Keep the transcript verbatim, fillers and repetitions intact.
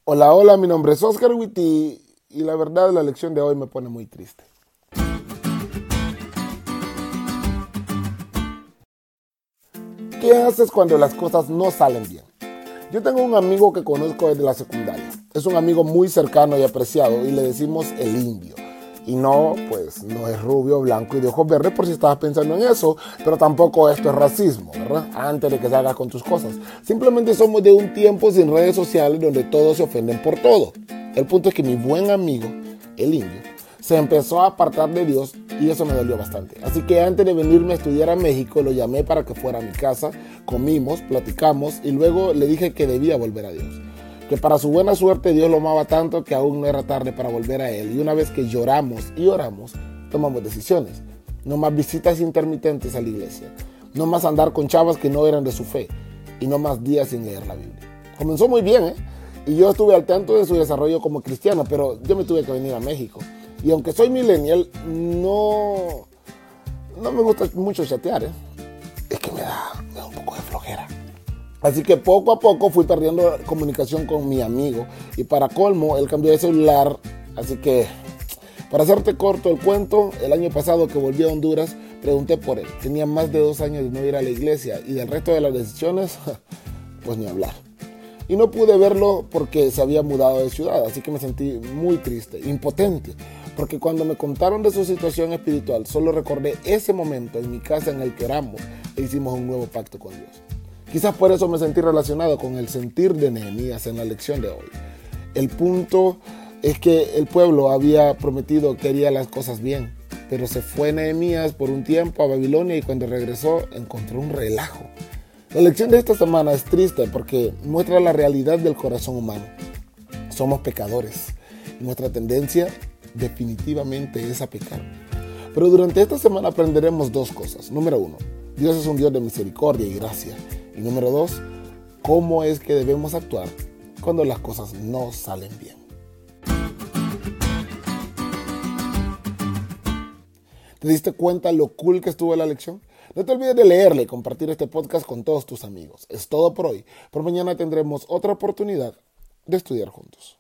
Hola, hola, mi nombre es Oscar Witty y la verdad la lección de hoy me pone muy triste. ¿Qué haces cuando las cosas no salen bien? Yo tengo un amigo que conozco desde la secundaria. Es un amigo muy cercano y apreciado y le decimos el indio. Y no, pues no es rubio, blanco y de ojos verdes por si estabas pensando en eso, pero tampoco esto es racismo, ¿verdad? Antes de que salgas con tus cosas. Simplemente somos de un tiempo sin redes sociales donde todos se ofenden por todo. El punto es que mi buen amigo, el indio, se empezó a apartar de Dios y eso me dolió bastante. Así que antes de venirme a estudiar a México, lo llamé para que fuera a mi casa, comimos, platicamos y luego le dije que debía volver a Dios. Que para su buena suerte Dios lo amaba tanto que aún no era tarde para volver a Él. Y una vez que lloramos y oramos, tomamos decisiones. No más visitas intermitentes a la iglesia. No más andar con chavas que no eran de su fe. Y no más días sin leer la Biblia. Comenzó muy bien, ¿eh? Y yo estuve al tanto de su desarrollo como cristiano, pero yo me tuve que venir a México. Y aunque soy millennial, no, no me gusta mucho chatear, ¿eh? Es que me da, me da un poco de flojera. Así que poco a poco fui perdiendo comunicación con mi amigo y para colmo él cambió de celular. Así que para hacerte corto el cuento, el año pasado que volví a Honduras pregunté por él. Tenía más de dos años de no ir a la iglesia y del resto de las decisiones, pues ni hablar. Y no pude verlo porque se había mudado de ciudad, así que me sentí muy triste, impotente, porque cuando me contaron de su situación espiritual, solo recordé ese momento en mi casa en el que oramos e hicimos un nuevo pacto con Dios. Quizás por eso me sentí relacionado con el sentir de Nehemías en la lección de hoy. El punto es que el pueblo había prometido que haría las cosas bien, pero se fue Nehemías por un tiempo a Babilonia y cuando regresó encontró un relajo. La lección de esta semana es triste porque muestra la realidad del corazón humano. Somos pecadores y nuestra tendencia definitivamente es a pecar. Pero durante esta semana aprenderemos dos cosas. Número uno, Dios es un Dios de misericordia y gracia. Y número dos, cómo es que debemos actuar cuando las cosas no salen bien. ¿Te diste cuenta lo cool que estuvo la lección? No te olvides de leerle y compartir este podcast con todos tus amigos. Es todo por hoy. Por mañana tendremos otra oportunidad de estudiar juntos.